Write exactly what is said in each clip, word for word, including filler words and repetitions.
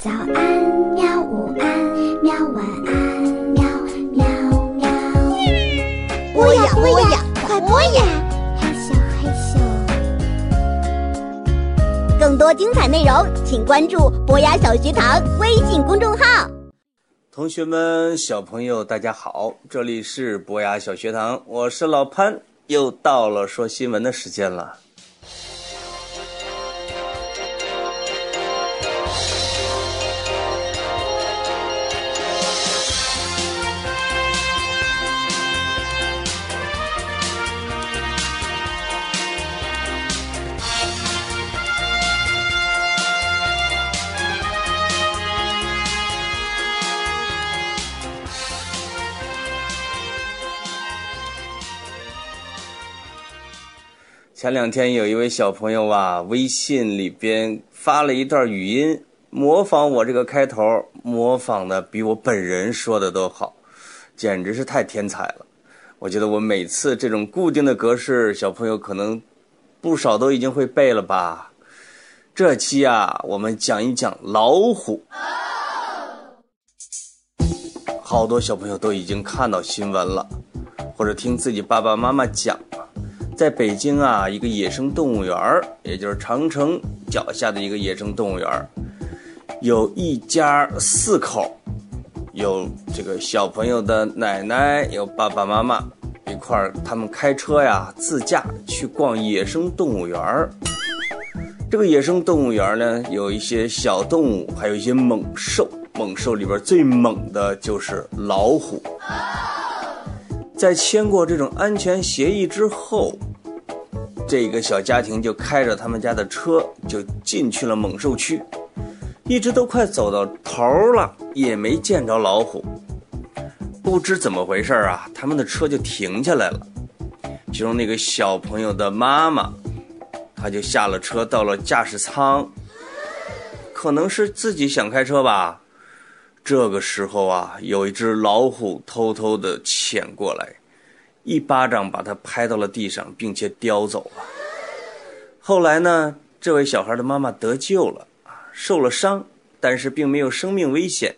早安喵，午安喵，晚安喵喵喵。 播呀播呀，快播呀！ 害羞害羞。 更多精彩内容，请关注博雅小学堂微信公众号。 同学们，小朋友，大家好，这里是博雅小学堂，我是老潘，又到了说新闻的时间了。前两天有一位小朋友啊，微信里边发了一段语音，模仿我这个开头，模仿的比我本人说的都好，简直是太天才了。我觉得我每次这种固定的格式，小朋友可能不少都已经会背了吧。这期啊，我们讲一讲老虎。好多小朋友都已经看到新闻了，或者听自己爸爸妈妈讲了。在北京啊，一个野生动物园，也就是长城脚下的一个野生动物园，有一家四口，有这个小朋友的奶奶，有爸爸妈妈一块儿，他们开车呀自驾去逛野生动物园。这个野生动物园呢，有一些小动物，还有一些猛兽，猛兽里边最猛的就是老虎。在签过这种安全协议之后，这个小家庭就开着他们家的车就进去了猛兽区，一直都快走到头了，也没见着老虎。不知怎么回事啊，他们的车就停下来了。其中那个小朋友的妈妈，她就下了车到了驾驶舱，可能是自己想开车吧。这个时候啊，有一只老虎偷偷地潜过来，一巴掌把它拍到了地上，并且叼走了。后来呢，这位小孩的妈妈得救了，受了伤，但是并没有生命危险。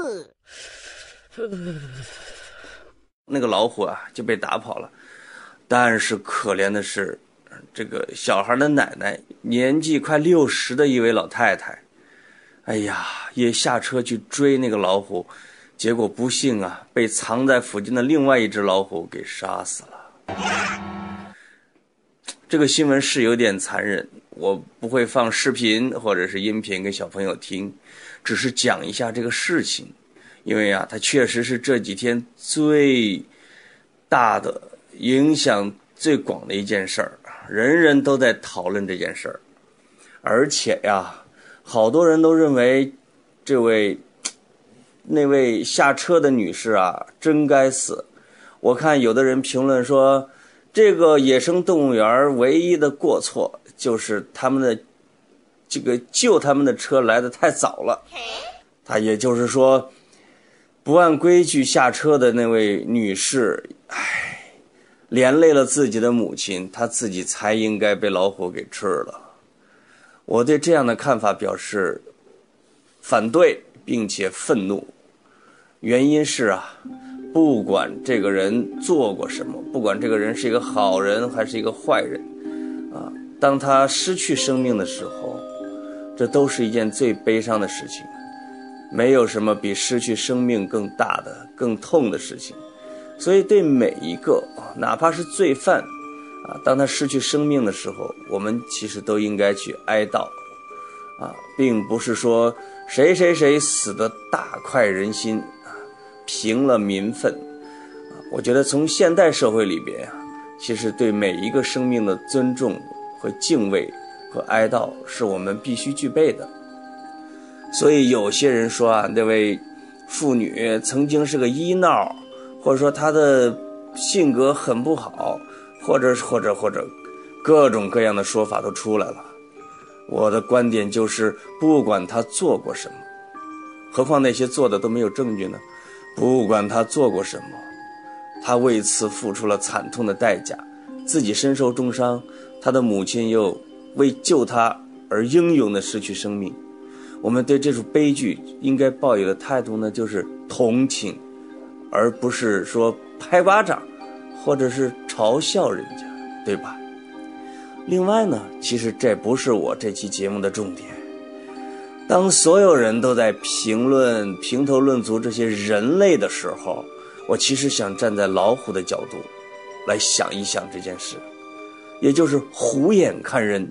那个老虎啊就被打跑了。但是可怜的是，这个小孩的奶奶，年纪快六十的一位老太太，哎呀，也下车去追那个老虎，结果不幸啊，被藏在附近的另外一只老虎给杀死了。这个新闻是有点残忍，我不会放视频或者是音频给小朋友听，只是讲一下这个事情，因为啊，它确实是这几天最大的影响最广的一件事儿，人人都在讨论这件事儿，而且呀，好多人都认为这位那位下车的女士啊真该死。我看有的人评论说，这个野生动物园唯一的过错就是他们的这个救他们的车来得太早了。他也就是说，不按规矩下车的那位女士，唉，连累了自己的母亲，她自己才应该被老虎给吃了。我对这样的看法表示反对并且愤怒。原因是啊，不管这个人做过什么，不管这个人是一个好人还是一个坏人啊，当他失去生命的时候，这都是一件最悲伤的事情。没有什么比失去生命更大的更痛的事情。所以对每一个哪怕是罪犯啊，当他失去生命的时候，我们其实都应该去哀悼啊，并不是说谁谁谁死得大快人心啊，平了民愤啊。我觉得从现代社会里边啊，其实对每一个生命的尊重和敬畏和哀悼是我们必须具备的。所以有些人说啊，那位妇女曾经是个医闹，或者说她的性格很不好，或者或者或者各种各样的说法都出来了。我的观点就是，不管她做过什么，何况那些做的都没有证据呢，不管她做过什么，她为此付出了惨痛的代价，自己身受重伤，她的母亲又为救她而英勇地失去生命。 我们对这种悲剧应该抱有的态度呢，就是同情，而不是说拍巴掌或者是嘲笑人家，对吧？另外呢，其实这不是我这期节目的重点。当所有人都在评论评头论足这些人类的时候，我其实想站在老虎的角度来想一想这件事，也就是虎眼看人。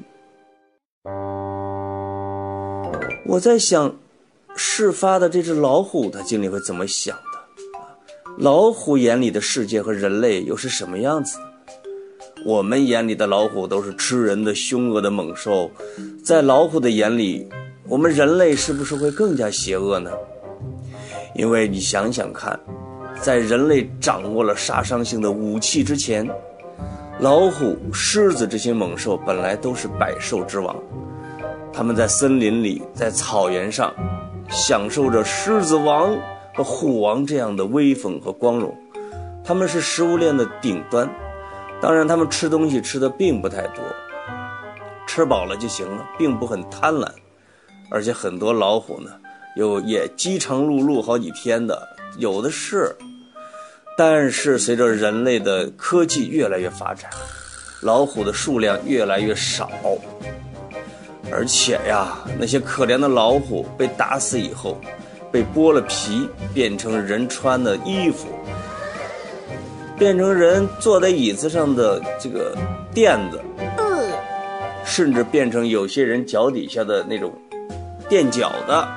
我在想，事发的这只老虎它经理会怎么想的？老虎眼里的世界和人类又是什么样子的？我们眼里的老虎都是吃人的凶恶的猛兽，在老虎的眼里，我们人类是不是会更加邪恶呢？因为你想想看，在人类掌握了杀伤性的武器之前，老虎、狮子这些猛兽本来都是百兽之王，他们在森林里，在草原上享受着狮子王和虎王这样的威风和光荣，他们是食物链的顶端。当然他们吃东西吃的并不太多，吃饱了就行了，并不很贪婪，而且很多老虎呢又也饥肠辘辘好几天的，有的是。但是随着人类的科技越来越发展，老虎的数量越来越少，而且呀，那些可怜的老虎被打死以后，被剥了皮，变成人穿的衣服，变成人坐在椅子上的这个垫子，甚至变成有些人脚底下的那种垫脚的。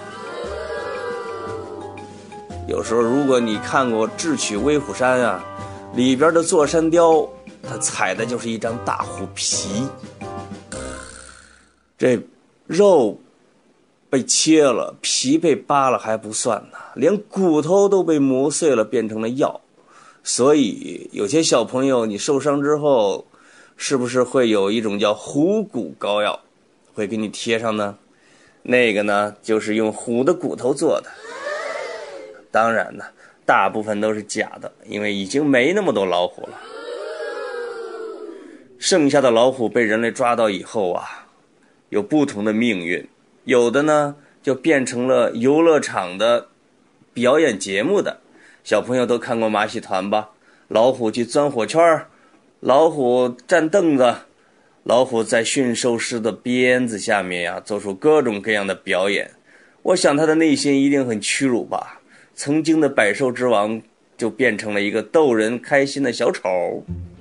有时候如果你看过《智取威虎山》啊，里边的座山雕，它踩的就是一张大虎皮，这肉被切了，皮被扒了还不算呢，连骨头都被磨碎了，变成了药。所以有些小朋友，你受伤之后，是不是会有一种叫虎骨膏药，会给你贴上呢？那个呢，就是用虎的骨头做的。当然呢，大部分都是假的，因为已经没那么多老虎了。剩下的老虎被人类抓到以后啊，有不同的命运，有的呢就变成了游乐场的表演节目的。小朋友都看过马戏团吧？老虎去钻火圈，老虎站凳子，老虎在驯兽师的鞭子下面呀、啊，做出各种各样的表演。我想他的内心一定很屈辱吧。曾经的百兽之王就变成了一个逗人开心的小丑。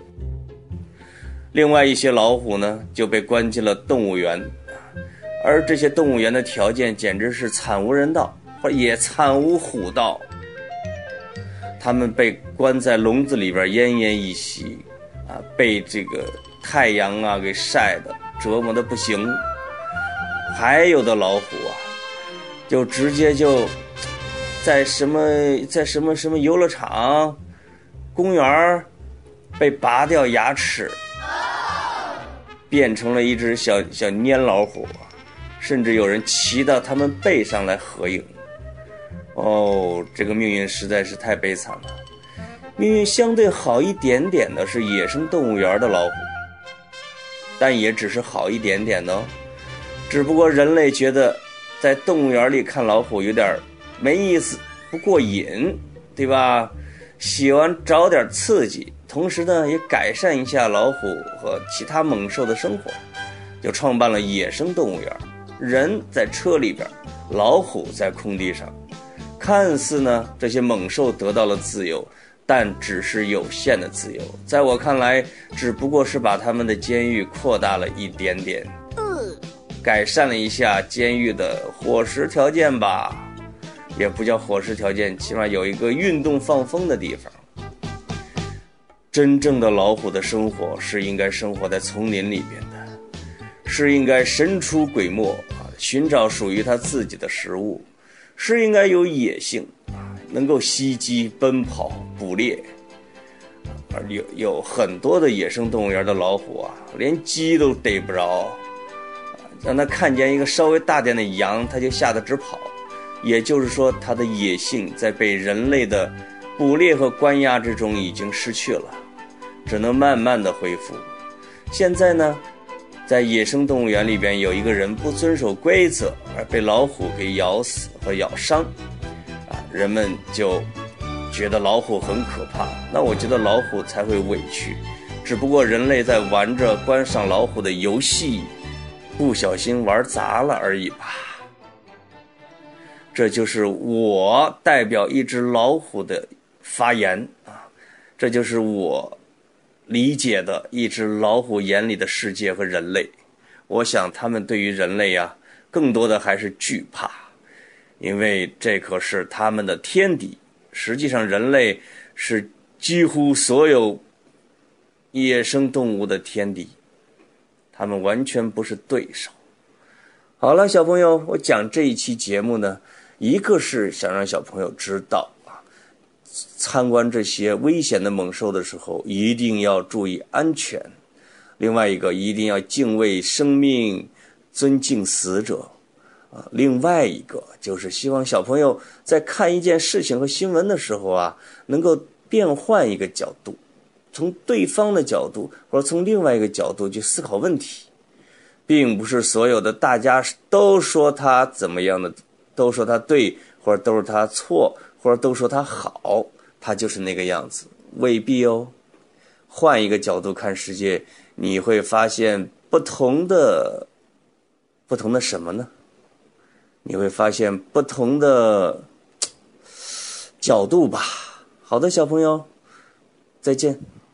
另外一些老虎呢，就被关进了动物园，而这些动物园的条件简直是惨无人道，或也惨无虎道。他们被关在笼子里边奄奄一息啊，被这个太阳啊给晒的折磨的不行。还有的老虎啊，就直接就在什么在什么什么游乐场、公园被拔掉牙齿，变成了一只小小蔫老虎，甚至有人骑到他们背上来合影。哦，这个命运实在是太悲惨了。命运相对好一点点的是野生动物园的老虎，但也只是好一点点的哦。只不过人类觉得在动物园里看老虎有点没意思，不过瘾，对吧？喜欢找点刺激，同时呢也改善一下老虎和其他猛兽的生活，就创办了野生动物园。人在车里边，老虎在空地上。看似呢这些猛兽得到了自由，但只是有限的自由，在我看来只不过是把他们的监狱扩大了一点点，改善了一下监狱的伙食条件吧，也不叫伙食条件，起码有一个运动放风的地方。真正的老虎的生活是应该生活在丛林里边的，是应该神出鬼没啊，寻找属于它自己的食物，是应该有野性啊，能够袭击、奔跑、捕猎。而有有很多的野生动物园的老虎啊，连鸡都逮不着，让它看见一个稍微大点的羊，它就吓得直跑。也就是说，它的野性在被人类的捕猎和关押之中已经失去了，只能慢慢的恢复。现在呢， 在野生动物园里边有一个人不遵守规则而被老虎给咬死或咬伤，啊，人们就觉得老虎很可怕。那我觉得老虎才会委屈，只不过人类在玩着观赏老虎的游戏，不小心玩砸了而已吧。这就是我代表一只老虎的发言啊，这就是我理解的一只老虎眼里的世界和人类。我想他们对于人类啊，更多的还是惧怕，因为这可是他们的天敌。实际上人类是几乎所有野生动物的天敌，他们完全不是对手。好了，小朋友，我讲这一期节目呢，一个是想让小朋友知道啊，参观这些危险的猛兽的时候一定要注意安全，另外一个一定要敬畏生命，尊敬死者啊。另外一个就是希望小朋友在看一件事情和新闻的时候啊，能够变换一个角度，从对方的角度或者从另外一个角度去思考问题，并不是所有的大家都说他怎么样的，都说他对，或者都是他错，或者都说他好，他就是那个样子，未必哦。换一个角度看世界，你会发现不同的不同的什么呢？你会发现不同的角度吧。好的，小朋友，再见。